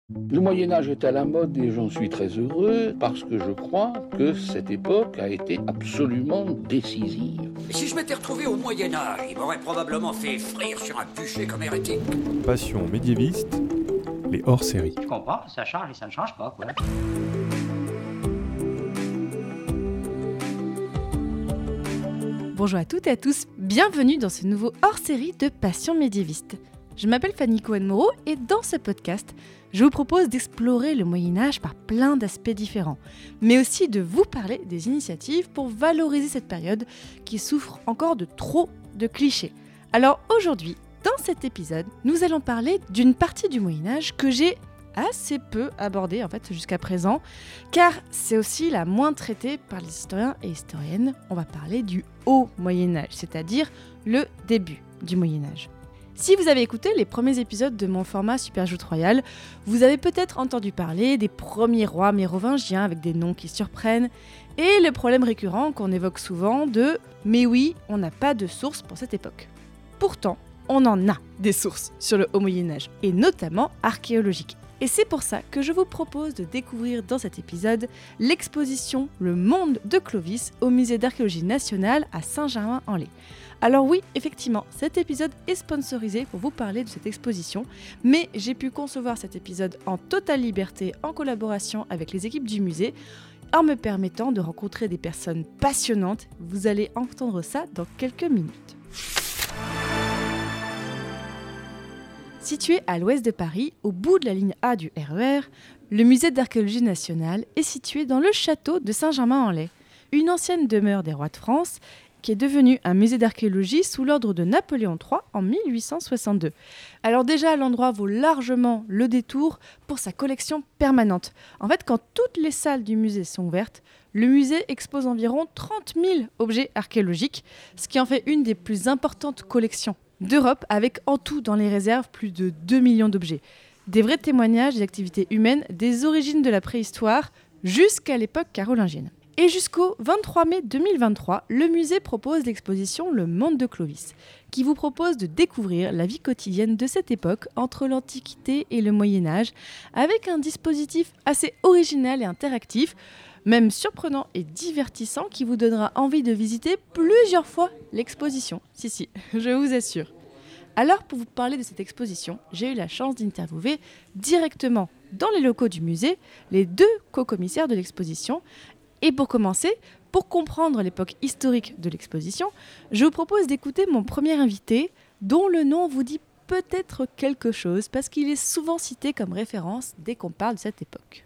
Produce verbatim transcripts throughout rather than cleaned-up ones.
Le Moyen-Âge est à la mode et j'en suis très heureux parce que je crois que cette époque a été absolument décisive. Et si je m'étais retrouvé au Moyen-Âge, il m'aurait probablement fait frire sur un bûcher comme hérétique. Passion médiéviste, les hors-séries. Je comprends, ça change et ça ne change pas, quoi. Bonjour à toutes et à tous, bienvenue dans ce nouveau hors-série de Passion médiéviste. Je m'appelle Fanny Cohen-Moreau et dans ce podcast, je vous propose d'explorer le Moyen-Âge par plein d'aspects différents, mais aussi de vous parler des initiatives pour valoriser cette période qui souffre encore de trop de clichés. Alors aujourd'hui, dans cet épisode, nous allons parler d'une partie du Moyen-Âge que j'ai assez peu abordée en fait jusqu'à présent, car c'est aussi la moins traitée par les historiens et historiennes. On va parler du Haut Moyen-Âge, c'est-à-dire le début du Moyen-Âge. Si vous avez écouté les premiers épisodes de mon format Superjoute Royale, vous avez peut-être entendu parler des premiers rois mérovingiens avec des noms qui surprennent et le problème récurrent qu'on évoque souvent de « mais oui, on n'a pas de source pour cette époque ». Pourtant, on en a des sources sur le Haut Moyen-Âge et notamment archéologiques. Et c'est pour ça que je vous propose de découvrir dans cet épisode l'exposition Le Monde de Clovis au Musée d'Archéologie nationale à Saint-Germain-en-Laye. Alors oui, effectivement, cet épisode est sponsorisé pour vous parler de cette exposition, mais j'ai pu concevoir cet épisode en totale liberté en collaboration avec les équipes du musée, en me permettant de rencontrer des personnes passionnantes. Vous allez entendre ça dans quelques minutes. Situé à l'ouest de Paris, au bout de la ligne A du R E R, le musée d'archéologie nationale est situé dans le château de Saint-Germain-en-Laye, une ancienne demeure des rois de France qui est devenu un musée d'archéologie sous l'ordre de Napoléon trois en mille huit cent soixante-deux. Alors déjà, l'endroit vaut largement le détour pour sa collection permanente. En fait, quand toutes les salles du musée sont ouvertes, le musée expose environ trente mille objets archéologiques, ce qui en fait une des plus importantes collections d'Europe, avec en tout dans les réserves plus de deux millions d'objets. Des vrais témoignages des activités humaines, des origines de la préhistoire jusqu'à l'époque carolingienne. Et jusqu'au vingt-trois mai deux mille vingt-trois, le musée propose l'exposition Le Monde de Clovis, qui vous propose de découvrir la vie quotidienne de cette époque entre l'Antiquité et le Moyen-Âge, avec un dispositif assez original et interactif, même surprenant et divertissant, qui vous donnera envie de visiter plusieurs fois l'exposition. Si, si, je vous assure. Alors, pour vous parler de cette exposition, j'ai eu la chance d'interviewer directement dans les locaux du musée les deux co-commissaires de l'exposition. Et pour commencer, pour comprendre l'époque historique de l'exposition, je vous propose d'écouter mon premier invité, dont le nom vous dit peut-être quelque chose, parce qu'il est souvent cité comme référence dès qu'on parle de cette époque.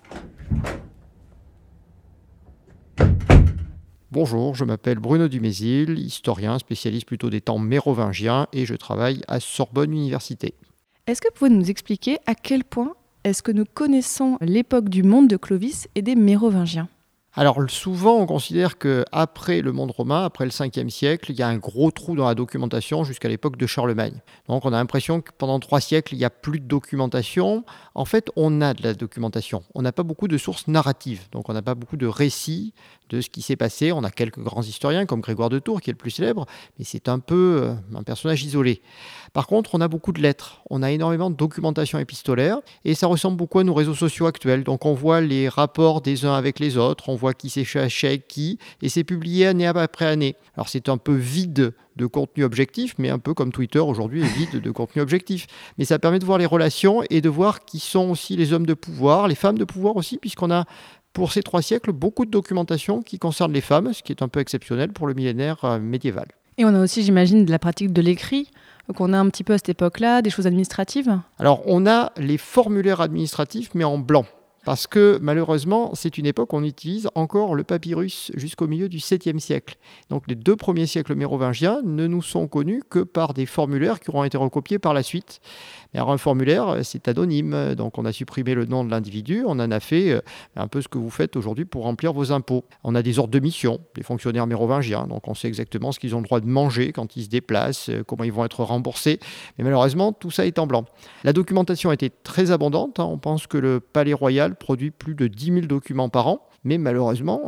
Bonjour, je m'appelle Bruno Dumézil, historien, spécialiste plutôt des temps mérovingiens et je travaille à Sorbonne Université. Est-ce que vous pouvez nous expliquer à quel point est-ce que nous connaissons l'époque du monde de Clovis et des Mérovingiens ? Alors souvent on considère qu'après le monde romain, après le cinquième siècle, il y a un gros trou dans la documentation jusqu'à l'époque de Charlemagne. Donc on a l'impression que pendant trois siècles, il n'y a plus de documentation. En fait, on a de la documentation. On n'a pas beaucoup de sources narratives, donc on n'a pas beaucoup de récits de ce qui s'est passé. On a quelques grands historiens comme Grégoire de Tours qui est le plus célèbre, mais c'est un peu euh, un personnage isolé. Par contre, on a beaucoup de lettres, on a énormément de documentation épistolaire et ça ressemble beaucoup à nos réseaux sociaux actuels. Donc on voit les rapports des uns avec les autres, on voit qui s'échange avec qui et c'est publié année après année. Alors c'est un peu vide de contenu objectif, mais un peu comme Twitter aujourd'hui est vide de contenu objectif. Mais ça permet de voir les relations et de voir qui sont aussi les hommes de pouvoir, les femmes de pouvoir aussi, puisqu'on a pour ces trois siècles beaucoup de documentation qui concerne les femmes, ce qui est un peu exceptionnel pour le millénaire euh, médiéval. Et on a aussi, j'imagine, de la pratique de l'écrit, qu'on a un petit peu à cette époque-là, des choses administratives. Alors, on a les formulaires administratifs, mais en blanc. Parce que malheureusement, c'est une époque où on utilise encore le papyrus jusqu'au milieu du septième siècle. Donc les deux premiers siècles mérovingiens ne nous sont connus que par des formulaires qui auront été recopiés par la suite. Mais alors un formulaire, c'est anonyme, donc on a supprimé le nom de l'individu, on en a fait un peu ce que vous faites aujourd'hui pour remplir vos impôts. On a des ordres de mission, des fonctionnaires mérovingiens, donc on sait exactement ce qu'ils ont le droit de manger quand ils se déplacent, comment ils vont être remboursés. Mais malheureusement, tout ça est en blanc. La documentation a été très abondante, hein. On pense que le palais royal produit plus de dix mille documents par an, mais malheureusement, euh,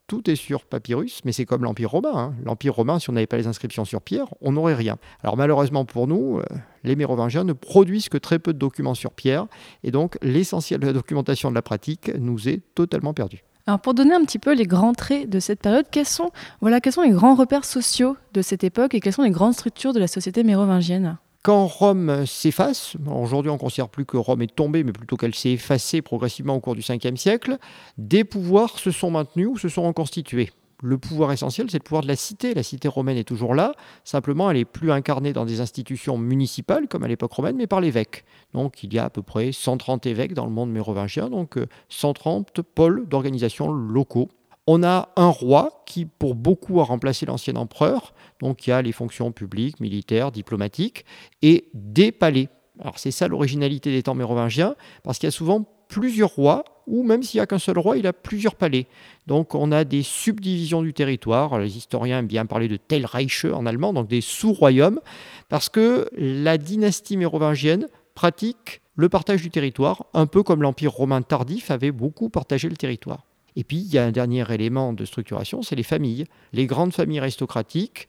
tout est sur papyrus, mais c'est comme l'Empire romain. Hein. L'Empire romain, si on n'avait pas les inscriptions sur pierre, on n'aurait rien. Alors malheureusement pour nous, euh, les Mérovingiens ne produisent que très peu de documents sur pierre, et donc l'essentiel de la documentation de la pratique nous est totalement perdu. Alors pour donner un petit peu les grands traits de cette période, quels sont, voilà, quels sont les grands repères sociaux de cette époque et quelles sont les grandes structures de la société mérovingienne ? Quand Rome s'efface, aujourd'hui on ne considère plus que Rome est tombée, mais plutôt qu'elle s'est effacée progressivement au cours du cinquième siècle, des pouvoirs se sont maintenus ou se sont reconstitués. Le pouvoir essentiel, c'est le pouvoir de la cité. La cité romaine est toujours là, simplement elle n'est plus incarnée dans des institutions municipales comme à l'époque romaine, mais par l'évêque. Donc il y a à peu près cent trente évêques dans le monde mérovingien, donc cent trente pôles d'organisation locaux. On a un roi qui, pour beaucoup, a remplacé l'ancien empereur. Donc, il y a les fonctions publiques, militaires, diplomatiques, et des palais. Alors, c'est ça l'originalité des temps mérovingiens, parce qu'il y a souvent plusieurs rois, ou même s'il n'y a qu'un seul roi, il a plusieurs palais. Donc, on a des subdivisions du territoire. Les historiens aiment bien parler de Teilreiche en allemand, donc des sous-royaumes, parce que la dynastie mérovingienne pratique le partage du territoire, un peu comme l'Empire romain tardif avait beaucoup partagé le territoire. Et puis, il y a un dernier élément de structuration, c'est les familles. Les grandes familles aristocratiques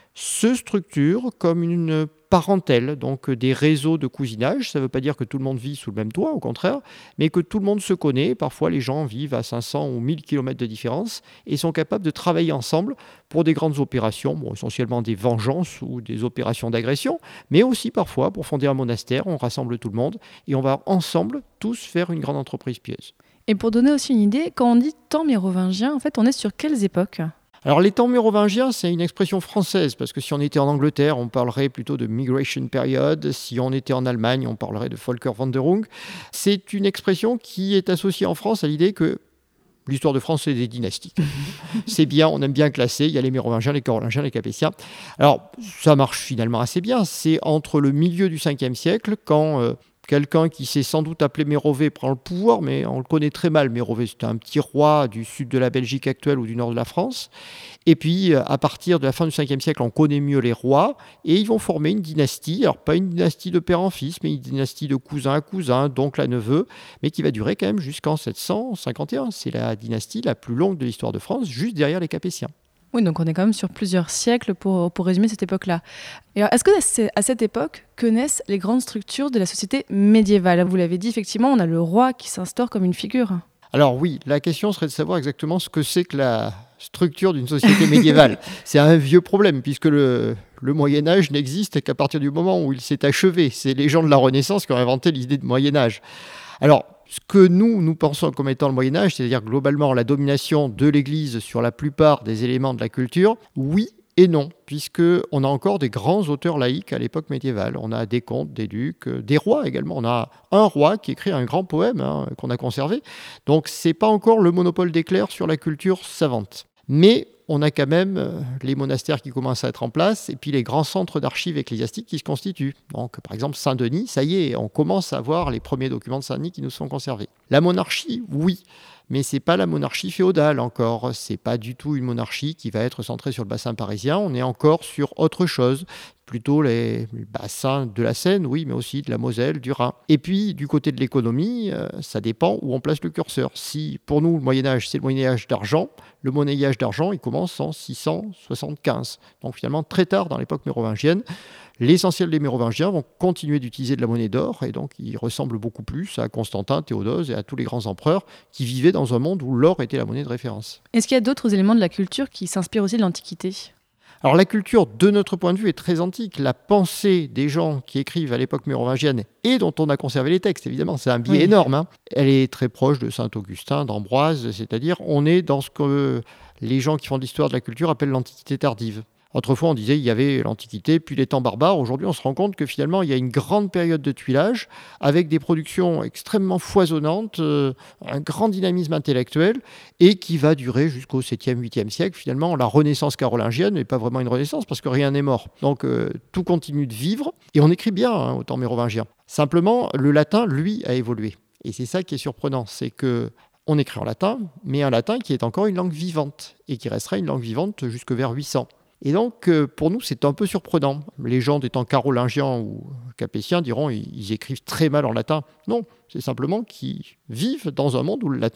se structurent comme une parentèle, donc des réseaux de cousinage. Ça ne veut pas dire que tout le monde vit sous le même toit, au contraire, mais que tout le monde se connaît. Parfois, les gens vivent à cinq cents ou mille kilomètres de différence et sont capables de travailler ensemble pour des grandes opérations, bon, essentiellement des vengeances ou des opérations d'agression, mais aussi parfois pour fonder un monastère, on rassemble tout le monde et on va ensemble tous faire une grande entreprise pieuse. Et pour donner aussi une idée, quand on dit temps mérovingien, en fait, on est sur quelles époques ? Alors les temps mérovingiens, c'est une expression française, parce que si on était en Angleterre, on parlerait plutôt de Migration Period. Si on était en Allemagne, on parlerait de Volkerwanderung. C'est une expression qui est associée en France à l'idée que l'histoire de France, c'est des dynasties. C'est bien, on aime bien classer. Il y a les Mérovingiens, les Carolingiens, les Capétiens. Alors, ça marche finalement assez bien. C'est entre le milieu du cinquième siècle, quand euh, quelqu'un qui s'est sans doute appelé Mérové prend le pouvoir, mais on le connaît très mal. Mérové, c'était un petit roi du sud de la Belgique actuelle ou du nord de la France. Et puis, à partir de la fin du cinquième siècle, on connaît mieux les rois, et ils vont former une dynastie. Alors, pas une dynastie de père en fils, mais une dynastie de cousin à cousin, d'oncle à neveu, mais qui va durer quand même jusqu'en sept cent cinquante et un. C'est la dynastie la plus longue de l'histoire de France, juste derrière les Capétiens. Oui, donc on est quand même sur plusieurs siècles pour, pour résumer cette époque-là. Et alors, est-ce que c'est à cette époque que naissent les grandes structures de la société médiévale ? Vous l'avez dit, effectivement, on a le roi qui s'instaure comme une figure. Alors oui, la question serait de savoir exactement ce que c'est que la structure d'une société médiévale. C'est un vieux problème, puisque le, le Moyen-Âge n'existe qu'à partir du moment où il s'est achevé. C'est les gens de la Renaissance qui ont inventé l'idée de Moyen-Âge. Alors, ce que nous, nous pensons comme étant le Moyen-Âge, c'est-à-dire globalement la domination de l'Église sur la plupart des éléments de la culture, oui et non, puisqu'on a encore des grands auteurs laïques à l'époque médiévale. On a des comtes, des ducs, des rois également. On a un roi qui écrit un grand poème hein, qu'on a conservé. Donc, ce n'est pas encore le monopole des clercs sur la culture savante. Mais on a quand même les monastères qui commencent à être en place et puis les grands centres d'archives ecclésiastiques qui se constituent. Donc, par exemple, Saint-Denis, ça y est, on commence à voir les premiers documents de Saint-Denis qui nous sont conservés. La monarchie, oui, mais ce n'est pas la monarchie féodale encore. Ce n'est pas du tout une monarchie qui va être centrée sur le bassin parisien. On est encore sur autre chose, plutôt les bassins de la Seine, oui, mais aussi de la Moselle, du Rhin. Et puis, du côté de l'économie, euh, ça dépend où on place le curseur. Si, pour nous, le Moyen-Âge, c'est le Moyen-Âge d'argent, le monnayage d'argent, il commence en six cent soixante-quinze. Donc, finalement, très tard dans l'époque mérovingienne. L'essentiel des Mérovingiens vont continuer d'utiliser de la monnaie d'or, et donc ils ressemblent beaucoup plus à Constantin, Théodose et à tous les grands empereurs qui vivaient dans un monde où l'or était la monnaie de référence. Est-ce qu'il y a d'autres éléments de la culture qui s'inspirent aussi de l'Antiquité ? Alors la culture, de notre point de vue, est très antique. La pensée des gens qui écrivent à l'époque mérovingienne et dont on a conservé les textes, évidemment, c'est un biais oui. énorme. Hein. Elle est très proche de Saint-Augustin, d'Ambroise, c'est-à-dire on est dans ce que les gens qui font de l'histoire de la culture appellent l'Antiquité tardive. Autrefois, on disait qu'il y avait l'Antiquité, puis les temps barbares. Aujourd'hui, on se rend compte que finalement, il y a une grande période de tuilage avec des productions extrêmement foisonnantes, euh, un grand dynamisme intellectuel et qui va durer jusqu'au septième, huitième siècle. Finalement, la Renaissance carolingienne n'est pas vraiment une Renaissance parce que rien n'est mort. Donc, euh, tout continue de vivre et on écrit bien hein, au temps mérovingien. Simplement, le latin, lui, a évolué. Et c'est ça qui est surprenant, c'est que on écrit en latin, mais un latin qui est encore une langue vivante et qui restera une langue vivante jusque vers huit cents. Et donc, pour nous, c'est un peu surprenant. Les gens des temps carolingiens ou capétiens diront qu'ils écrivent très mal en latin. Non, c'est simplement qu'ils vivent dans un monde où le latin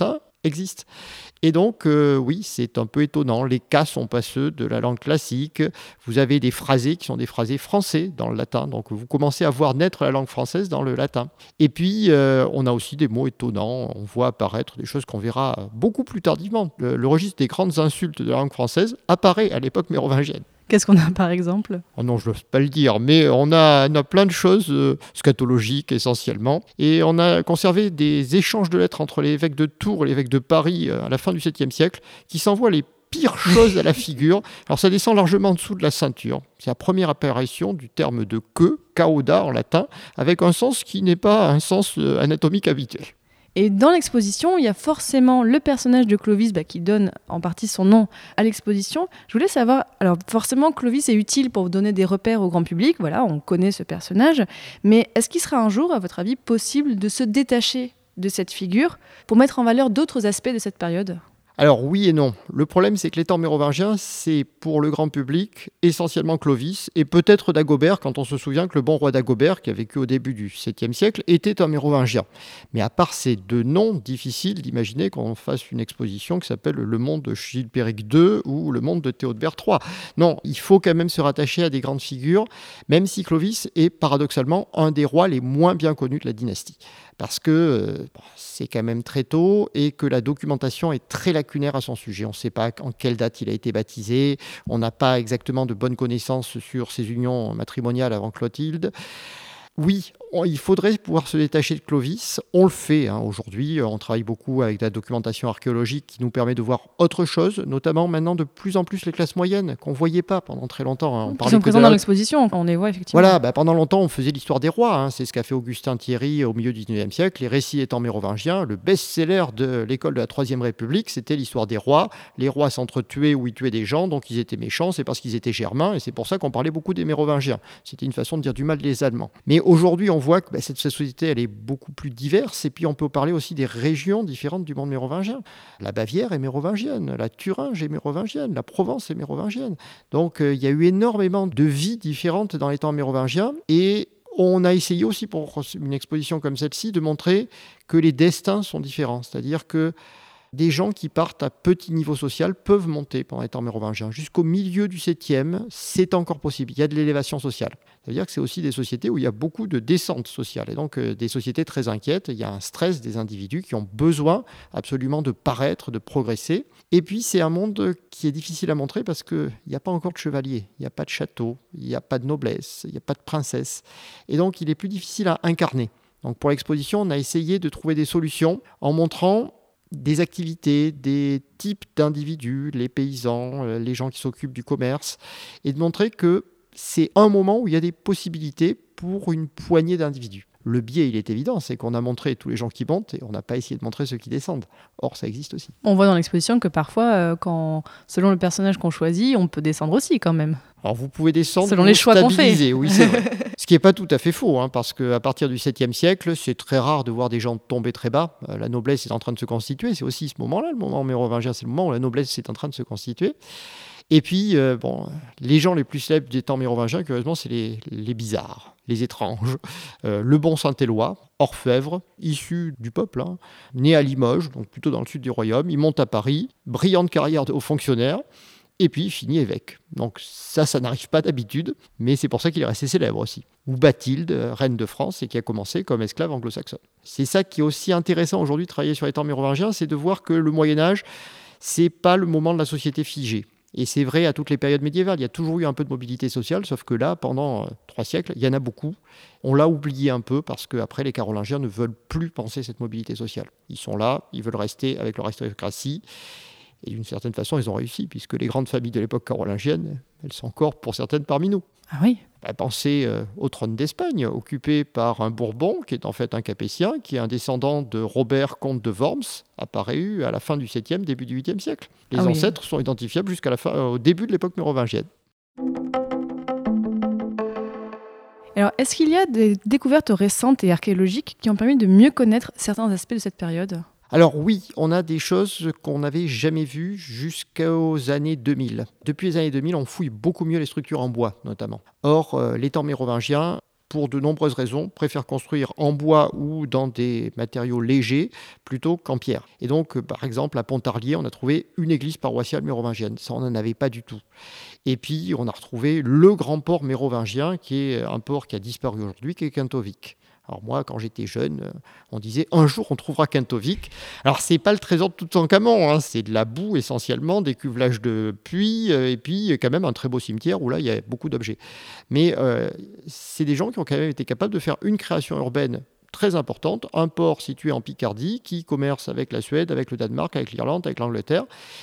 existent. Et donc, euh, oui, c'est un peu étonnant. Les cas ne sont pas ceux de la langue classique. Vous avez des phrasés qui sont des phrasés français dans le latin. Donc, vous commencez à voir naître la langue française dans le latin. Et puis, euh, on a aussi des mots étonnants. On voit apparaître des choses qu'on verra beaucoup plus tardivement. Le, le registre des grandes insultes de la langue française apparaît à l'époque mérovingienne. Qu'est-ce qu'on a par exemple ? Oh non, je n'ose pas le dire, mais on a, on a plein de choses euh, scatologiques essentiellement. Et on a conservé des échanges de lettres entre l'évêque de Tours et l'évêque de Paris euh, à la fin du septième siècle qui s'envoient les pires choses à la figure. Alors ça descend largement en dessous de la ceinture. C'est la première apparition du terme de queue, cauda en latin, avec un sens qui n'est pas un sens euh, anatomique habituel. Et dans l'exposition, il y a forcément le personnage de Clovis bah, qui donne en partie son nom à l'exposition. Je voulais savoir, alors forcément Clovis est utile pour vous donner des repères au grand public, voilà, on connaît ce personnage, mais est-ce qu'il sera un jour, à votre avis, possible de se détacher de cette figure pour mettre en valeur d'autres aspects de cette période ? Alors oui et non. Le problème, c'est que les temps mérovingiens, c'est pour le grand public essentiellement Clovis et peut-être Dagobert, quand on se souvient que le bon roi Dagobert, qui a vécu au début du septième siècle, était un mérovingien. Mais à part ces deux noms, difficile d'imaginer qu'on fasse une exposition qui s'appelle Le Monde de Chilpéric deux ou Le Monde de Théodebert trois. Non, il faut quand même se rattacher à des grandes figures, même si Clovis est paradoxalement un des rois les moins bien connus de la dynastie. Parce que euh, c'est quand même très tôt et que la documentation est très lacunaire à son sujet. On ne sait pas en quelle date il a été baptisé, on n'a pas exactement de bonnes connaissances sur ses unions matrimoniales avant Clotilde. Oui, on, il faudrait pouvoir se détacher de Clovis. On le fait hein, aujourd'hui. On travaille beaucoup avec la documentation archéologique qui nous permet de voir autre chose, notamment maintenant de plus en plus les classes moyennes qu'on ne voyait pas pendant très longtemps. Hein. On Qui sont présents dans l'exposition, on les voit effectivement. Voilà, bah, pendant longtemps on faisait l'histoire des rois. Hein. C'est ce qu'a fait Augustin Thierry au milieu du dix-neuvième siècle. Les récits étant mérovingiens, le best-seller de l'école de la Troisième République, c'était l'histoire des rois. Les rois s'entretuaient ou ils tuaient des gens, donc ils étaient méchants, c'est parce qu'ils étaient germains et c'est pour ça qu'on parlait beaucoup des mérovingiens. C'était une façon de dire du mal des Allemands. Mais aujourd'hui, on voit que bah, cette société, elle est beaucoup plus diverse. Et puis, on peut parler aussi des régions différentes du monde mérovingien. La Bavière est mérovingienne, la Thuringe est mérovingienne, la Provence est mérovingienne. Donc, euh, il y a eu énormément de vies différentes dans les temps mérovingiens. Et on a essayé aussi, pour une exposition comme celle-ci, de montrer que les destins sont différents. C'est-à-dire que des gens qui partent à petit niveau social peuvent monter pendant les temps mérovingiens. Jusqu'au milieu du septième, c'est encore possible. Il y a de l'élévation sociale. Ça veut dire que c'est aussi des sociétés où il y a beaucoup de descente sociale. Et donc euh, des sociétés très inquiètes. Il y a un stress des individus qui ont besoin absolument de paraître, de progresser. Et puis c'est un monde qui est difficile à montrer parce qu'il n'y a pas encore de chevaliers, il n'y a pas de château, il n'y a pas de noblesse, il n'y a pas de princesse. Et donc il est plus difficile à incarner. Donc pour l'exposition, on a essayé de trouver des solutions en montrant des activités, des types d'individus, les paysans, les gens qui s'occupent du commerce, et de montrer que c'est un moment où il y a des possibilités pour une poignée d'individus. Le biais, il est évident, c'est qu'on a montré tous les gens qui montent et on n'a pas essayé de montrer ceux qui descendent. Or, ça existe aussi. On voit dans l'exposition que parfois, euh, quand, selon le personnage qu'on choisit, on peut descendre aussi quand même. Alors, vous pouvez descendre selon les choix qu'on fait. Oui, c'est vrai. Ce qui n'est pas tout à fait faux, hein, parce qu'à partir du septième siècle, c'est très rare de voir des gens tomber très bas. Euh, la noblesse est en train de se constituer. C'est aussi ce moment-là, le moment mérovingien, c'est le moment où la noblesse est en train de se constituer. Et puis, euh, bon, les gens les plus célèbres des temps mérovingiens, curieusement, c'est les, les bizarres, les étranges. Euh, le bon Saint-Éloi, orfèvre, issu du peuple, hein, né à Limoges, donc plutôt dans le sud du royaume. Il monte à Paris, brillante carrière de haut fonctionnaire, et puis il finit évêque. Donc ça, ça n'arrive pas d'habitude, mais c'est pour ça qu'il est resté célèbre aussi. Ou Bathilde, reine de France, et qui a commencé comme esclave anglo-saxonne. C'est ça qui est aussi intéressant aujourd'hui de travailler sur les temps mérovingiens, c'est de voir que le Moyen-Âge, c'est pas le moment de la société figée. Et c'est vrai à toutes les périodes médiévales, il y a toujours eu un peu de mobilité sociale, sauf que là, pendant euh, trois siècles, il y en a beaucoup. On l'a oublié un peu parce qu'après, les Carolingiens ne veulent plus penser cette mobilité sociale. Ils sont là, ils veulent rester avec leur aristocratie. Et d'une certaine façon, ils ont réussi, puisque les grandes familles de l'époque carolingienne, elles sont encore pour certaines parmi nous. Ah oui. Bah, pensez euh, au trône d'Espagne, occupé par un Bourbon, qui est en fait un Capétien, qui est un descendant de Robert, comte de Worms, apparu à la fin du septième, début du huitième siècle. Les ah ancêtres oui. sont identifiables jusqu'à la fin, euh, au début de l'époque mérovingienne. Alors, est-ce qu'il y a des découvertes récentes et archéologiques qui ont permis de mieux connaître certains aspects de cette période ? Alors oui, on a des choses qu'on n'avait jamais vues jusqu'aux années deux mille. Depuis les années deux mille, on fouille beaucoup mieux les structures en bois, notamment. Or, euh, les temps mérovingiens, pour de nombreuses raisons, préfèrent construire en bois ou dans des matériaux légers plutôt qu'en pierre. Et donc, par exemple, à Pontarlier, on a trouvé une église paroissiale mérovingienne. Ça, on n'en avait pas du tout. Et puis, on a retrouvé le grand port mérovingien, qui est un port qui a disparu aujourd'hui, qui est Quintovic. Alors moi, quand j'étais jeune, on disait « un jour, on trouvera Quintovic ». Alors, ce n'est pas le trésor de Toutankhamon, hein, c'est de la boue essentiellement, des cuvelages de puits, et puis quand même un très beau cimetière où là, il y a beaucoup d'objets. Mais euh, c'est des gens qui ont quand même été capables de faire une création urbaine très importante, un port situé en Picardie qui commerce avec la Suède, avec le Danemark, avec l'Irlande, avec l'Angleterre,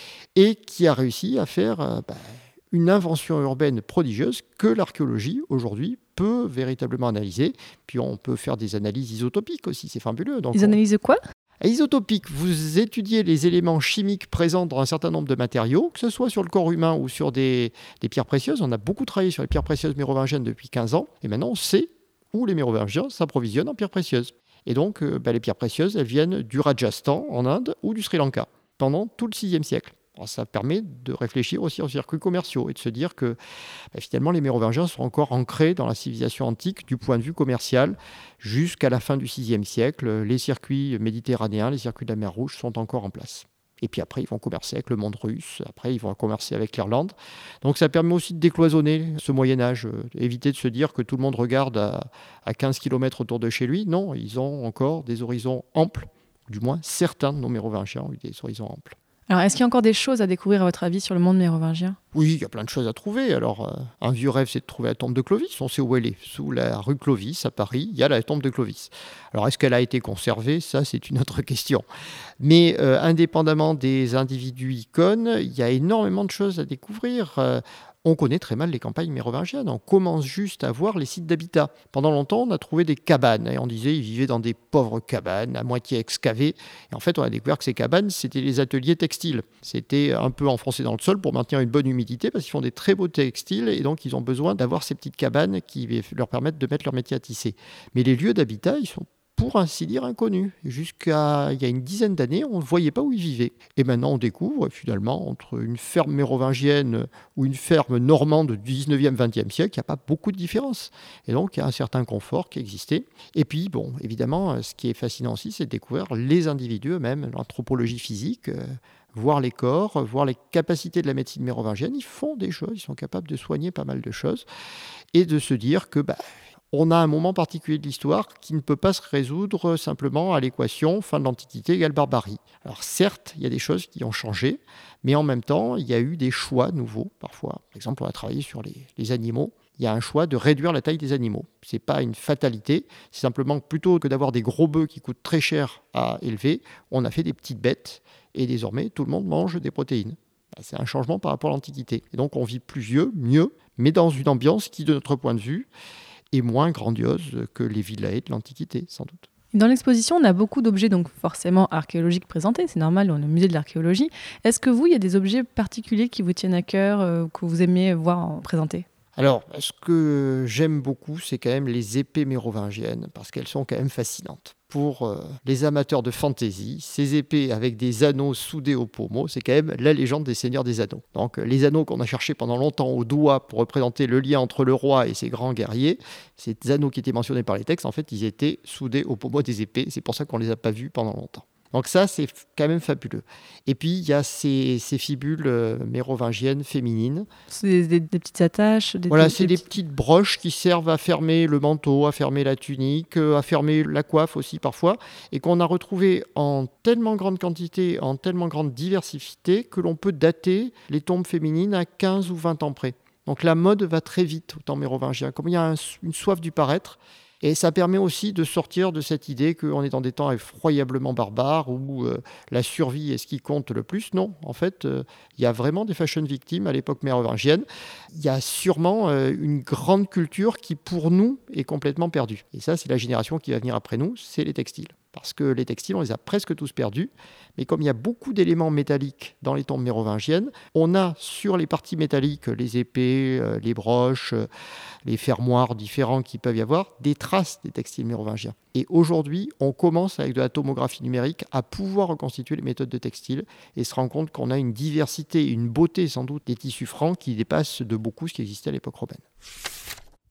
et qui a réussi à faire euh, bah, une invention urbaine prodigieuse que l'archéologie, aujourd'hui, peut véritablement analyser. Puis on peut faire des analyses isotopiques aussi, c'est fabuleux. Donc Ils on... analysent quoi ? Isotopique, vous étudiez les éléments chimiques présents dans un certain nombre de matériaux, que ce soit sur le corps humain ou sur des, des pierres précieuses. On a beaucoup travaillé sur les pierres précieuses mérovingiennes depuis quinze ans, et maintenant on sait où les mérovingiens s'approvisionnent en pierres précieuses. Et donc euh, bah, les pierres précieuses, elles viennent du Rajasthan en Inde ou du Sri Lanka pendant tout le sixième siècle. Alors, ça permet de réfléchir aussi aux circuits commerciaux et de se dire que bah, finalement les Mérovingiens sont encore ancrés dans la civilisation antique du point de vue commercial jusqu'à la fin du sixième siècle. Les circuits méditerranéens, les circuits de la mer Rouge sont encore en place. Et puis après, ils vont commercer avec le monde russe, après ils vont commercer avec l'Irlande. Donc ça permet aussi de décloisonner ce Moyen-Âge, euh, éviter de se dire que tout le monde regarde à, à quinze kilomètres autour de chez lui. Non, ils ont encore des horizons amples, du moins certains de nos Mérovingiens ont eu des horizons amples. Alors, est-ce qu'il y a encore des choses à découvrir, à votre avis, sur le monde mérovingien ? Oui, il y a plein de choses à trouver. Alors, euh, un vieux rêve, c'est de trouver la tombe de Clovis. On sait où elle est. Sous la rue Clovis, à Paris, il y a la tombe de Clovis. Alors, est-ce qu'elle a été conservée ? Ça, c'est une autre question. Mais euh, indépendamment des individus icônes, il y a énormément de choses à découvrir. Euh, On connaît très mal les campagnes mérovingiennes. On commence juste à voir les sites d'habitat. Pendant longtemps, on a trouvé des cabanes. Et on disait qu'ils vivaient dans des pauvres cabanes, à moitié excavées. Et en fait, on a découvert que ces cabanes, c'était les ateliers textiles. C'était un peu enfoncé dans le sol pour maintenir une bonne humidité, parce qu'ils font des très beaux textiles. Et donc, ils ont besoin d'avoir ces petites cabanes qui leur permettent de mettre leur métier à tisser. Mais les lieux d'habitat, ils sont pour ainsi dire inconnus. Jusqu'à il y a une dizaine d'années, on ne voyait pas où ils vivaient. Et maintenant, on découvre finalement, entre une ferme mérovingienne ou une ferme normande du dix-neuvième vingtième siècle, il n'y a pas beaucoup de différence. Et donc, il y a un certain confort qui existait. Et puis, bon, évidemment, ce qui est fascinant aussi, c'est de découvrir les individus eux-mêmes, l'anthropologie physique, euh, voir les corps, voir les capacités de la médecine mérovingienne. Ils font des choses, ils sont capables de soigner pas mal de choses. Et de se dire que... Bah, on a un moment particulier de l'histoire qui ne peut pas se résoudre simplement à l'équation fin de l'Antiquité égale barbarie. Alors certes, il y a des choses qui ont changé, mais en même temps, il y a eu des choix nouveaux parfois. Par exemple, on a travaillé sur les, les animaux. Il y a un choix de réduire la taille des animaux. Ce n'est pas une fatalité, c'est simplement que plutôt que d'avoir des gros bœufs qui coûtent très cher à élever, on a fait des petites bêtes et désormais, tout le monde mange des protéines. C'est un changement par rapport à l'Antiquité. Et donc, on vit plus vieux, mieux, mais dans une ambiance qui, de notre point de vue, est moins grandiose que les villae de l'Antiquité, sans doute. Dans l'exposition, on a beaucoup d'objets donc forcément archéologiques présentés, c'est normal, on est au musée de l'archéologie. Est-ce que vous, il y a des objets particuliers qui vous tiennent à cœur, euh, que vous aimez voir présentés ? Alors, ce que j'aime beaucoup, c'est quand même les épées mérovingiennes, parce qu'elles sont quand même fascinantes. Pour euh, les amateurs de fantasy, ces épées avec des anneaux soudés au pommeau, c'est quand même la légende des seigneurs des anneaux. Donc, les anneaux qu'on a cherchés pendant longtemps au doigt pour représenter le lien entre le roi et ses grands guerriers, ces anneaux qui étaient mentionnés par les textes, en fait, ils étaient soudés au pommeau des épées. C'est pour ça qu'on ne les a pas vus pendant longtemps. Donc ça, c'est quand même fabuleux. Et puis, il y a ces, ces fibules euh, mérovingiennes féminines. C'est des, des, des petites attaches des, Voilà, des, c'est des, des petites broches qui servent à fermer le manteau, à fermer la tunique, à fermer la coiffe aussi parfois, et qu'on a retrouvé en tellement grande quantité, en tellement grande diversité, que l'on peut dater les tombes féminines à quinze ou vingt ans près. Donc la mode va très vite au temps mérovingien. Comme il y a un, une soif du paraître, et ça permet aussi de sortir de cette idée qu'on est dans des temps effroyablement barbares où euh, la survie est ce qui compte le plus. Non, en fait, euh, il y a vraiment des fashion victimes à l'époque mérovingienne. Il y a sûrement euh, une grande culture qui, pour nous, est complètement perdue. Et ça, c'est la génération qui va venir après nous, c'est les textiles. Parce que les textiles, on les a presque tous perdus. Mais comme il y a beaucoup d'éléments métalliques dans les tombes mérovingiennes, on a sur les parties métalliques, les épées, euh, les broches, euh, les fermoirs différents qui peuvent y avoir, des traces des textiles mérovingiens. Et aujourd'hui, on commence avec de la tomographie numérique à pouvoir reconstituer les méthodes de textile et se rend compte qu'on a une diversité, une beauté sans doute des tissus francs qui dépassent de beaucoup ce qui existait à l'époque romaine.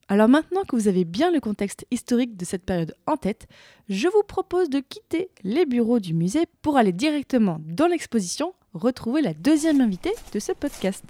Alors maintenant que vous avez bien le contexte historique de cette période en tête, je vous propose de quitter les bureaux du musée pour aller directement dans l'exposition, retrouver la deuxième invitée de ce podcast.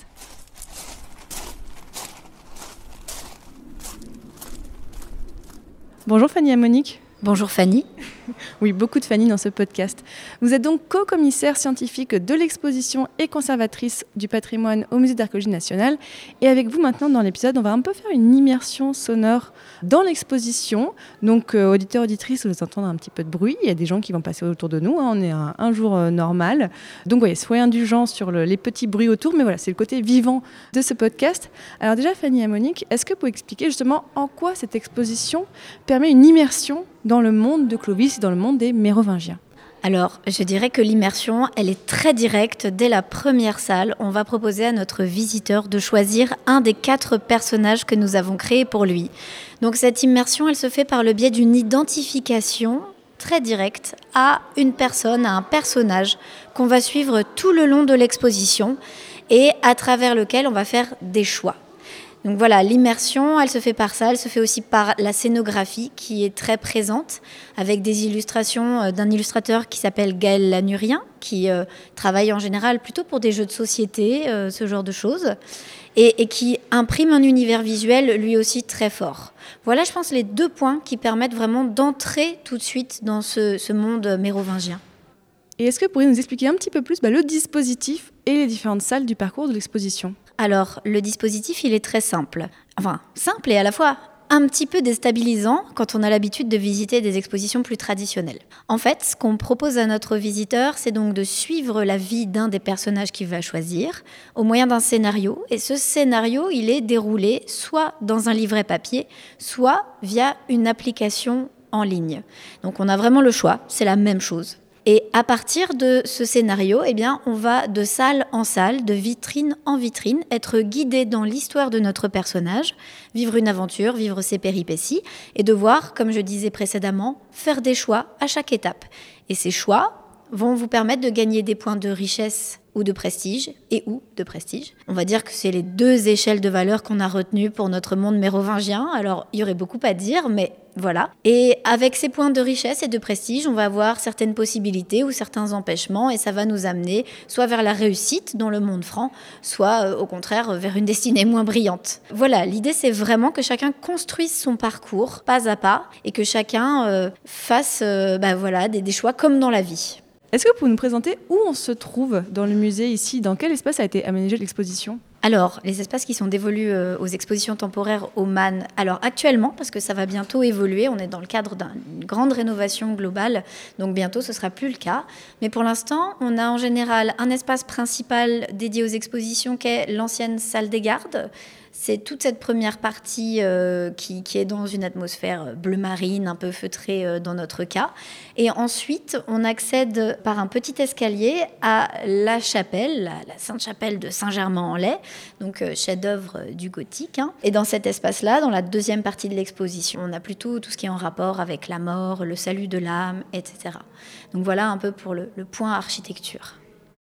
Bonjour Fanny et Monique. Bonjour Fanny. Oui, beaucoup de Fanny dans ce podcast. Vous êtes donc co-commissaire scientifique de l'exposition et conservatrice du patrimoine au Musée d'Archéologie nationale. Et avec vous maintenant dans l'épisode, on va un peu faire une immersion sonore dans l'exposition. Donc euh, auditeurs, auditrices, vous allez entendre un petit peu de bruit. Il y a des gens qui vont passer autour de nous. Hein. On est un, un jour euh, normal. Donc voyez, soyez indulgents sur le, les petits bruits autour. Mais voilà, c'est le côté vivant de ce podcast. Alors déjà, Fanny et Monique, est-ce que vous pouvez expliquer justement en quoi cette exposition permet une immersion dans le monde de Clovis et dans le monde des Mérovingiens? Alors, je dirais que l'immersion, elle est très directe. Dès la première salle, on va proposer à notre visiteur de choisir un des quatre personnages que nous avons créés pour lui. Donc cette immersion, elle se fait par le biais d'une identification très directe à une personne, à un personnage qu'on va suivre tout le long de l'exposition et à travers lequel on va faire des choix. Donc voilà, l'immersion, elle se fait par ça, elle se fait aussi par la scénographie qui est très présente, avec des illustrations d'un illustrateur qui s'appelle Gaël Lanurien, qui euh, travaille en général plutôt pour des jeux de société, euh, ce genre de choses, et, et qui imprime un univers visuel lui aussi très fort. Voilà, je pense, les deux points qui permettent vraiment d'entrer tout de suite dans ce, ce monde mérovingien. Et est-ce que vous pourriez nous expliquer un petit peu plus bah, le dispositif et les différentes salles du parcours de l'exposition ? Alors, le dispositif, il est très simple. Enfin, simple et à la fois un petit peu déstabilisant quand on a l'habitude de visiter des expositions plus traditionnelles. En fait, ce qu'on propose à notre visiteur, c'est donc de suivre la vie d'un des personnages qu'il va choisir au moyen d'un scénario. Et ce scénario, il est déroulé soit dans un livret papier, soit via une application en ligne. Donc, on a vraiment le choix, c'est la même chose. Et à partir de ce scénario, eh bien, on va de salle en salle, de vitrine en vitrine, être guidé dans l'histoire de notre personnage, vivre une aventure, vivre ses péripéties, et devoir, comme je disais précédemment, faire des choix à chaque étape. Et ces choix vont vous permettre de gagner des points de richesse ou de prestige, et ou de prestige. On va dire que c'est les deux échelles de valeur qu'on a retenues pour notre monde mérovingien. Alors, il y aurait beaucoup à dire, mais voilà. Et avec ces points de richesse et de prestige, on va avoir certaines possibilités ou certains empêchements, et ça va nous amener soit vers la réussite dans le monde franc, soit euh, au contraire vers une destinée moins brillante. Voilà, l'idée c'est vraiment que chacun construise son parcours pas à pas, et que chacun euh, fasse euh, bah, voilà, des, des choix comme dans la vie. Est-ce que vous pouvez nous présenter où on se trouve dans le musée ici? Dans quel espace a été aménagée l'exposition? Alors, les espaces qui sont dévolus euh, aux expositions temporaires au M A N, alors actuellement, parce que ça va bientôt évoluer, on est dans le cadre d'une grande rénovation globale, donc bientôt ce ne sera plus le cas. Mais pour l'instant, on a en général un espace principal dédié aux expositions qui est l'ancienne salle des gardes. C'est toute cette première partie euh, qui, qui est dans une atmosphère bleu marine, un peu feutrée euh, dans notre cas. Et ensuite, on accède par un petit escalier à la chapelle, la, la Sainte-Chapelle de Saint-Germain-en-Laye, donc euh, chef-d'œuvre du gothique. Hein. Et dans cet espace-là, dans la deuxième partie de l'exposition, on a plutôt tout ce qui est en rapport avec la mort, le salut de l'âme, et cetera. Donc voilà un peu pour le, le point architecture.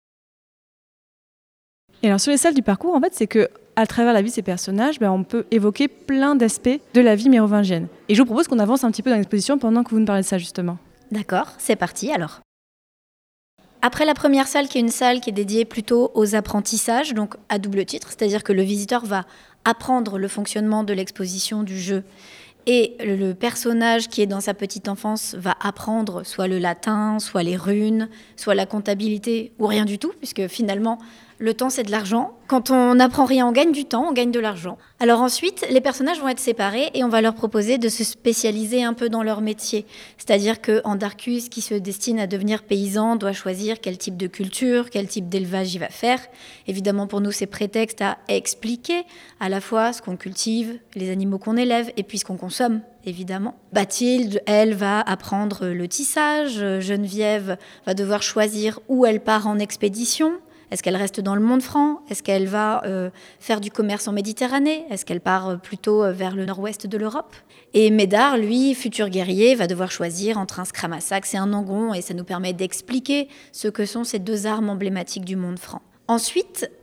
Et alors sur les salles du parcours, en fait, c'est que à travers la vie de ces personnages, ben, on peut évoquer plein d'aspects de la vie mérovingienne. Et je vous propose qu'on avance un petit peu dans l'exposition pendant que vous nous parlez de ça, justement. D'accord, c'est parti alors. Après la première salle, qui est une salle qui est dédiée plutôt aux apprentissages, donc à double titre, c'est-à-dire que le visiteur va apprendre le fonctionnement de l'exposition du jeu, et le personnage qui est dans sa petite enfance va apprendre soit le latin, soit les runes, soit la comptabilité, ou rien du tout, puisque finalement, le temps, c'est de l'argent. Quand on n'apprend rien, on gagne du temps, on gagne de l'argent. Alors ensuite, les personnages vont être séparés et on va leur proposer de se spécialiser un peu dans leur métier. C'est-à-dire qu'Andarcus, qui se destine à devenir paysan, doit choisir quel type de culture, quel type d'élevage il va faire. Évidemment, pour nous, c'est prétexte à expliquer à la fois ce qu'on cultive, les animaux qu'on élève et puis ce qu'on consomme, évidemment. Bathilde, elle, va apprendre le tissage. Geneviève va devoir choisir où elle part en expédition. Est-ce qu'elle reste dans le monde franc? Est-ce qu'elle va euh, faire du commerce en Méditerranée? Est-ce qu'elle part plutôt vers le nord-ouest de l'Europe? Et Médard, lui, futur guerrier, va devoir choisir entre un scramasax et un angon, et ça nous permet d'expliquer ce que sont ces deux armes emblématiques du monde franc. Ensuite,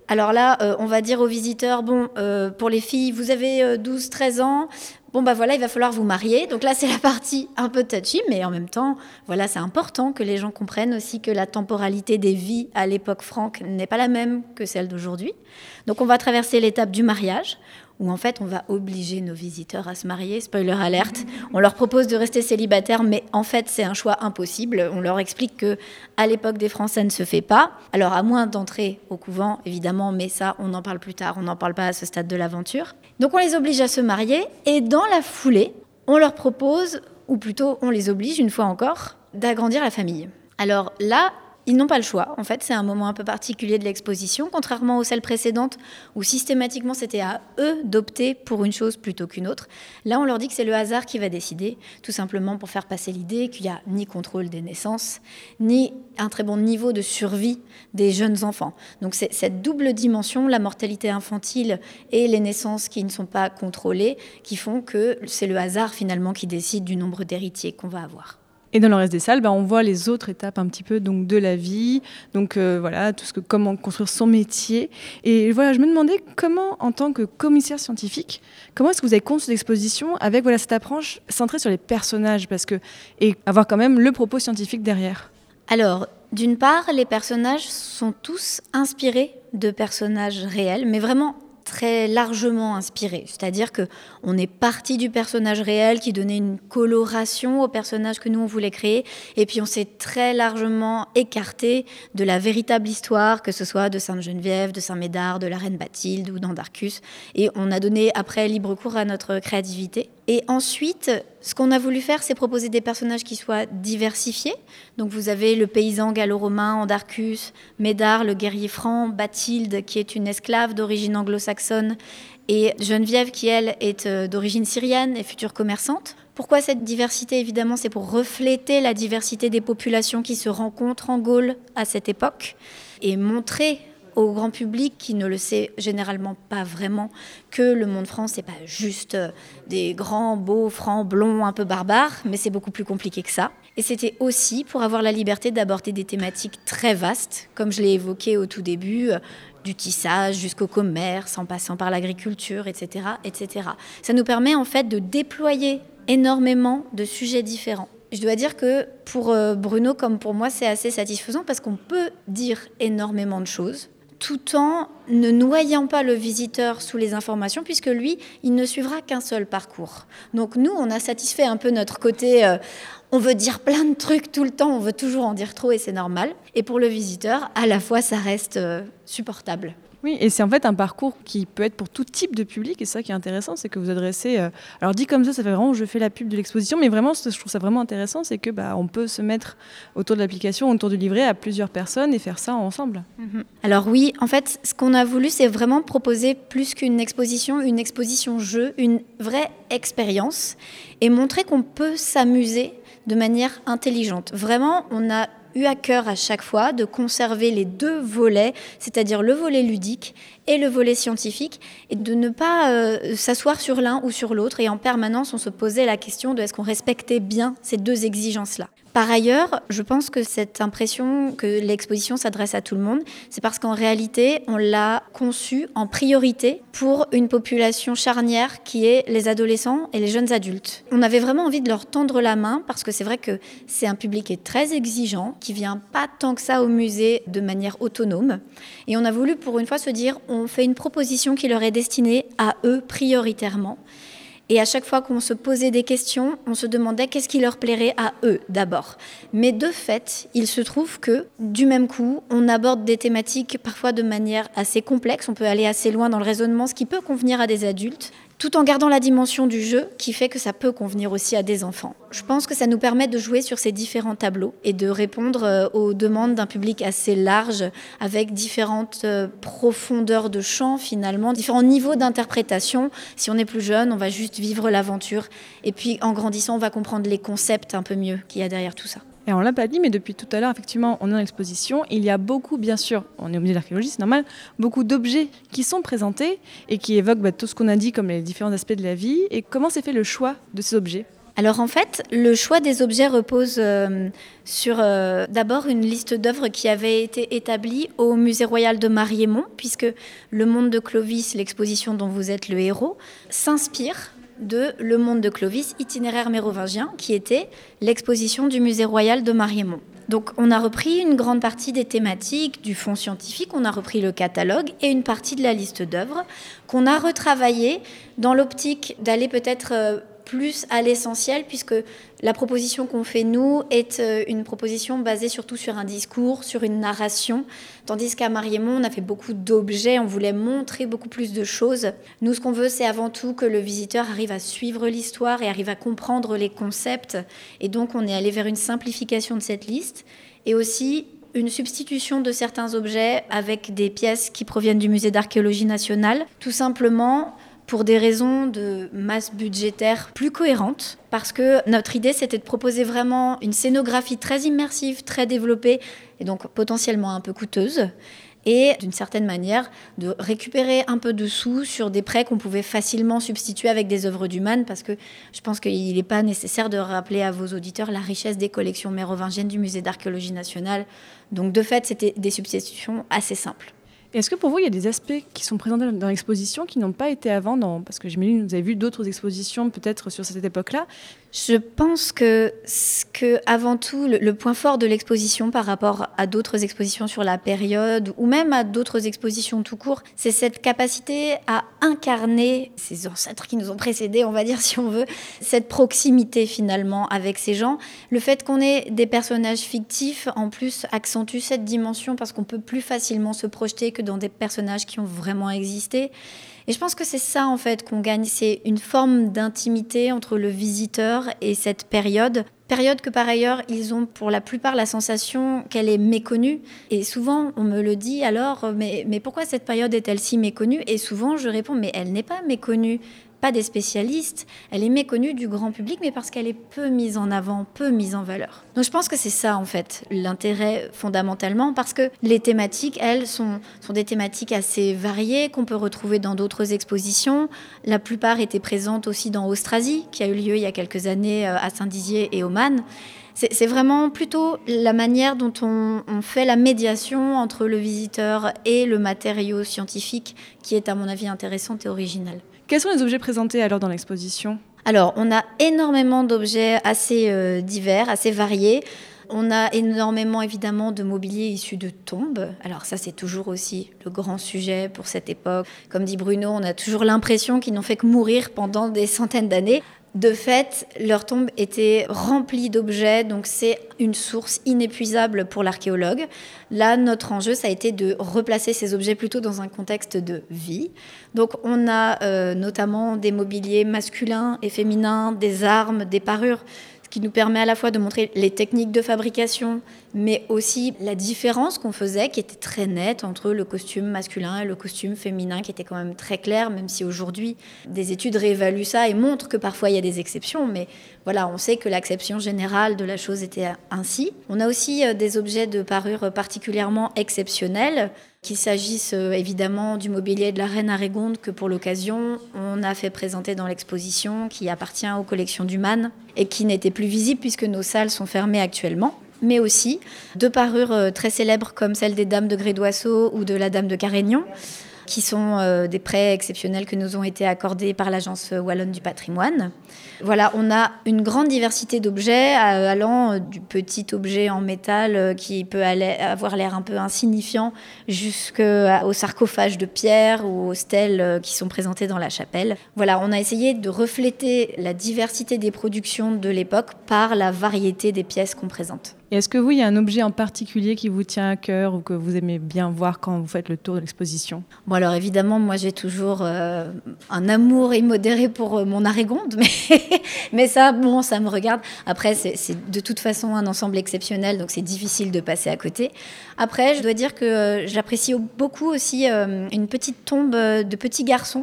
Alors là, euh, on va dire aux visiteurs, bon, euh, pour les filles, vous avez euh, douze treize ans, bon bah voilà, il va falloir vous marier. Donc là, c'est la partie un peu touchy, mais en même temps, voilà, c'est important que les gens comprennent aussi que la temporalité des vies à l'époque franque n'est pas la même que celle d'aujourd'hui. Donc on va traverser l'étape du mariage, où en fait on va obliger nos visiteurs à se marier, spoiler alerte, on leur propose de rester célibataires, mais en fait c'est un choix impossible, on leur explique que à l'époque des Francs ça ne se fait pas, alors à moins d'entrer au couvent évidemment, mais ça on en parle plus tard, on n'en parle pas à ce stade de l'aventure. Donc on les oblige à se marier, et dans la foulée, on leur propose, ou plutôt on les oblige une fois encore, d'agrandir la famille. Alors là, ils n'ont pas le choix. En fait, c'est un moment un peu particulier de l'exposition, contrairement aux celles précédentes où systématiquement c'était à eux d'opter pour une chose plutôt qu'une autre. Là, on leur dit que c'est le hasard qui va décider, tout simplement pour faire passer l'idée qu'il n'y a ni contrôle des naissances, ni un très bon niveau de survie des jeunes enfants. Donc c'est cette double dimension, la mortalité infantile et les naissances qui ne sont pas contrôlées, qui font que c'est le hasard finalement qui décide du nombre d'héritiers qu'on va avoir. Et dans le reste des salles, bah, on voit les autres étapes un petit peu donc, de la vie, donc euh, voilà, tout ce que, comment construire son métier. Et voilà, je me demandais comment, en tant que commissaire scientifique, comment est-ce que vous avez conçu l'exposition avec voilà, cette approche centrée sur les personnages, parce que, et avoir quand même le propos scientifique derrière. Alors, d'une part, les personnages sont tous inspirés de personnages réels, mais vraiment très largement inspiré. C'est-à-dire qu'on est parti du personnage réel qui donnait une coloration au personnage que nous, on voulait créer. Et puis, on s'est très largement écarté de la véritable histoire, que ce soit de Sainte-Geneviève, de Saint-Médard, de la reine Bathilde ou d'Andarcus. Et on a donné, après, libre cours à notre créativité. Et ensuite, ce qu'on a voulu faire, c'est proposer des personnages qui soient diversifiés. Donc vous avez le paysan gallo-romain, Andarcus, Médard, le guerrier franc, Bathilde, qui est une esclave d'origine anglo-saxonne, et Geneviève, qui, elle, est d'origine syrienne et future commerçante. Pourquoi cette diversité ? Évidemment, c'est pour refléter la diversité des populations qui se rencontrent en Gaule à cette époque et montrer au grand public, qui ne le sait généralement pas vraiment, que le monde franc, c'est pas juste des grands, beaux, francs, blonds, un peu barbares, mais c'est beaucoup plus compliqué que ça. Et c'était aussi pour avoir la liberté d'aborder des thématiques très vastes, comme je l'ai évoqué au tout début, du tissage jusqu'au commerce, en passant par l'agriculture, et cetera, et cetera. Ça nous permet en fait de déployer énormément de sujets différents. Je dois dire que pour Bruno, comme pour moi, c'est assez satisfaisant parce qu'on peut dire énormément de choses, tout en ne noyant pas le visiteur sous les informations, puisque lui, il ne suivra qu'un seul parcours. Donc nous, on a satisfait un peu notre côté, euh, on veut dire plein de trucs tout le temps, on veut toujours en dire trop et c'est normal. Et pour le visiteur, à la fois, ça reste euh, supportable. Oui, et c'est en fait un parcours qui peut être pour tout type de public, et ça qui est intéressant, c'est que vous adressez... Euh, alors dit comme ça, ça fait vraiment, je fais la pub de l'exposition, mais vraiment, je trouve ça vraiment intéressant, c'est que bah, on peut se mettre autour de l'application, autour du livret, à plusieurs personnes et faire ça ensemble. Mmh. Alors oui, en fait, ce qu'on a voulu, c'est vraiment proposer plus qu'une exposition, une exposition-jeu, une vraie expérience, et montrer qu'on peut s'amuser de manière intelligente. Vraiment, on a eu à cœur à chaque fois de conserver les deux volets, c'est-à-dire le volet ludique et le volet scientifique, et de ne pas euh, s'asseoir sur l'un ou sur l'autre. Et en permanence, on se posait la question de est-ce qu'on respectait bien ces deux exigences-là. Par ailleurs, je pense que cette impression que l'exposition s'adresse à tout le monde, c'est parce qu'en réalité, on l'a conçue en priorité pour une population charnière qui est les adolescents et les jeunes adultes. On avait vraiment envie de leur tendre la main parce que c'est vrai que c'est un public qui est très exigeant, qui vient pas tant que ça au musée de manière autonome. Et on a voulu pour une fois se dire, on fait une proposition qui leur est destinée à eux prioritairement. Et à chaque fois qu'on se posait des questions, on se demandait qu'est-ce qui leur plairait à eux d'abord. Mais de fait, il se trouve que, du même coup, on aborde des thématiques parfois de manière assez complexe. On peut aller assez loin dans le raisonnement, ce qui peut convenir à des adultes, tout en gardant la dimension du jeu qui fait que ça peut convenir aussi à des enfants. Je pense que ça nous permet de jouer sur ces différents tableaux et de répondre aux demandes d'un public assez large avec différentes profondeurs de champ finalement, différents niveaux d'interprétation. Si on est plus jeune, on va juste vivre l'aventure et puis en grandissant, on va comprendre les concepts un peu mieux qu'il y a derrière tout ça. Et on ne l'a pas dit, mais depuis tout à l'heure, effectivement, on est dans l'exposition. Il y a beaucoup, bien sûr, on est au musée d'archéologie, c'est normal, beaucoup d'objets qui sont présentés et qui évoquent bah, tout ce qu'on a dit comme les différents aspects de la vie. Et comment s'est fait le choix de ces objets ? Alors en fait, le choix des objets repose euh, sur euh, d'abord une liste d'œuvres qui avait été établie au Musée royal de Mariémont, puisque Le Monde de Clovis, l'exposition dont vous êtes le héros, s'inspire de Le Monde de Clovis, itinéraire mérovingien, qui était l'exposition du Musée royal de Mariémont. Donc on a repris une grande partie des thématiques du fonds scientifique, on a repris le catalogue et une partie de la liste d'œuvres qu'on a retravaillé dans l'optique d'aller peut-être euh, plus à l'essentiel, puisque la proposition qu'on fait, nous, est une proposition basée surtout sur un discours, sur une narration, tandis qu'à Mariémont, on a fait beaucoup d'objets, on voulait montrer beaucoup plus de choses. Nous, ce qu'on veut, c'est avant tout que le visiteur arrive à suivre l'histoire et arrive à comprendre les concepts, et donc on est allé vers une simplification de cette liste, et aussi une substitution de certains objets avec des pièces qui proviennent du Musée d'archéologie nationale, tout simplement pour des raisons de masse budgétaire plus cohérentes, parce que notre idée, c'était de proposer vraiment une scénographie très immersive, très développée, et donc potentiellement un peu coûteuse, et d'une certaine manière, de récupérer un peu de sous sur des prêts qu'on pouvait facilement substituer avec des œuvres d'Humann, parce que je pense qu'il n'est pas nécessaire de rappeler à vos auditeurs la richesse des collections mérovingiennes du Musée d'archéologie nationale. Donc de fait, c'était des substitutions assez simples. Est-ce que pour vous, il y a des aspects qui sont présentés dans l'exposition qui n'ont pas été avant dans... Parce que j'imagine que vous avez vu d'autres expositions peut-être sur cette époque-là. Je pense que, ce que avant tout, le, le point fort de l'exposition par rapport à d'autres expositions sur la période ou même à d'autres expositions tout court, c'est cette capacité à incarner ces ancêtres qui nous ont précédés, on va dire si on veut, cette proximité finalement avec ces gens. Le fait qu'on ait des personnages fictifs, en plus, accentue cette dimension parce qu'on peut plus facilement se projeter que dans des personnages qui ont vraiment existé. Et je pense que c'est ça, en fait, qu'on gagne. C'est une forme d'intimité entre le visiteur et cette période. Période que, par ailleurs, ils ont pour la plupart la sensation qu'elle est méconnue. Et souvent, on me le dit, alors, mais, mais pourquoi cette période est-elle si méconnue ? Et souvent, je réponds, mais elle n'est pas méconnue. Pas des spécialistes, elle est méconnue du grand public, mais parce qu'elle est peu mise en avant, peu mise en valeur. Donc je pense que c'est ça, en fait, l'intérêt fondamentalement, parce que les thématiques, elles, sont, sont des thématiques assez variées, qu'on peut retrouver dans d'autres expositions. La plupart étaient présentes aussi dans Austrasie, qui a eu lieu il y a quelques années à Saint-Dizier et Oman. C'est, c'est vraiment plutôt la manière dont on, on fait la médiation entre le visiteur et le matériau scientifique qui est, à mon avis, intéressante et originale. Quels sont les objets présentés alors dans l'exposition ? Alors, on a énormément d'objets assez euh, divers, assez variés. On a énormément, évidemment, de mobilier issu de tombes. Alors ça, c'est toujours aussi le grand sujet pour cette époque. Comme dit Bruno, on a toujours l'impression qu'ils n'ont fait que mourir pendant des centaines d'années. De fait, leurs tombes étaient remplies d'objets, donc c'est une source inépuisable pour l'archéologue. Là, notre enjeu, ça a été de replacer ces objets plutôt dans un contexte de vie. Donc on a euh, notamment des mobiliers masculins et féminins, des armes, des parures, ce qui nous permet à la fois de montrer les techniques de fabrication, mais aussi la différence qu'on faisait, qui était très nette entre le costume masculin et le costume féminin, qui était quand même très clair, même si aujourd'hui, des études réévaluent ça et montrent que parfois il y a des exceptions, mais voilà, on sait que l'acception générale de la chose était ainsi. On a aussi des objets de parure particulièrement exceptionnels, qu'il s'agisse évidemment du mobilier de la reine Arégonde que pour l'occasion, on a fait présenter dans l'exposition, qui appartient aux collections d'Humann et qui n'était plus visible puisque nos salles sont fermées actuellement. Mais aussi de parures très célèbres comme celle des Dames de Gré-d'Oisseau ou de la Dame de Carignan, qui sont euh, des prêts exceptionnels que nous ont été accordés par l'Agence wallonne du patrimoine. Voilà, on a une grande diversité d'objets, euh, allant euh, du petit objet en métal euh, qui peut aller, avoir l'air un peu insignifiant, jusqu'au sarcophage de pierre ou aux stèles euh, qui sont présentées dans la chapelle. Voilà, on a essayé de refléter la diversité des productions de l'époque par la variété des pièces qu'on présente. Et est-ce que vous, il y a un objet en particulier qui vous tient à cœur ou que vous aimez bien voir quand vous faites le tour de l'exposition ? Bon, alors évidemment, moi j'ai toujours euh, un amour immodéré pour euh, mon Arégonde, mais, mais ça, bon, ça me regarde. Après, c'est, c'est de toute façon un ensemble exceptionnel, donc c'est difficile de passer à côté. Après, je dois dire que euh, j'apprécie beaucoup aussi euh, une petite tombe de petit garçon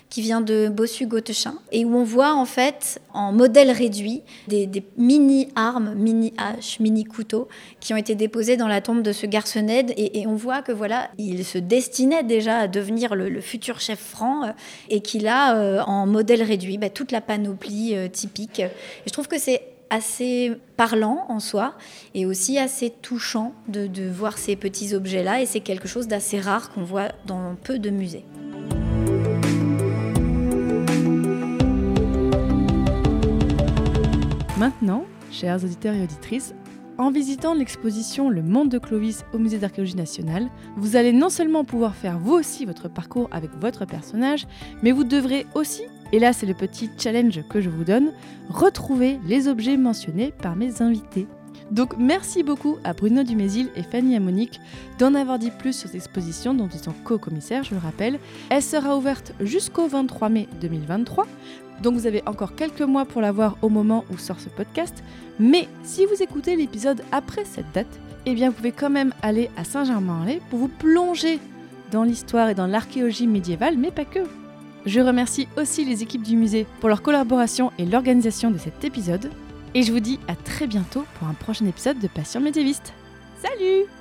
qui vient de Bossu-Gottechain et où on voit en fait en modèle réduit des, des mini-armes, mini-haches, mini-couteaux qui ont été déposés dans la tombe de ce Garçonnède et, et on voit que voilà, il se destinait déjà à devenir le, le futur chef franc euh, et qu'il a euh, en modèle réduit bah, toute la panoplie euh, typique. Et je trouve que c'est assez parlant en soi et aussi assez touchant de, de voir ces petits objets-là et c'est quelque chose d'assez rare qu'on voit dans peu de musées. Maintenant, chers auditeurs et auditrices, en visitant l'exposition Le Monde de Clovis au Musée d'Archéologie nationale, vous allez non seulement pouvoir faire vous aussi votre parcours avec votre personnage, mais vous devrez aussi, et là c'est le petit challenge que je vous donne, retrouver les objets mentionnés par mes invités. Donc merci beaucoup à Bruno Dumézil et Fanny Amonique d'en avoir dit plus sur cette exposition dont ils sont co-commissaires, je le rappelle. Elle sera ouverte jusqu'au vingt-trois mai deux mille vingt-trois, donc vous avez encore quelques mois pour la voir au moment où sort ce podcast. Mais si vous écoutez l'épisode après cette date, eh bien vous pouvez quand même aller à Saint-Germain-en-Laye pour vous plonger dans l'histoire et dans l'archéologie médiévale, mais pas que. Je remercie aussi les équipes du musée pour leur collaboration et l'organisation de cet épisode. Et je vous dis à très bientôt pour un prochain épisode de Passion médiéviste. Salut!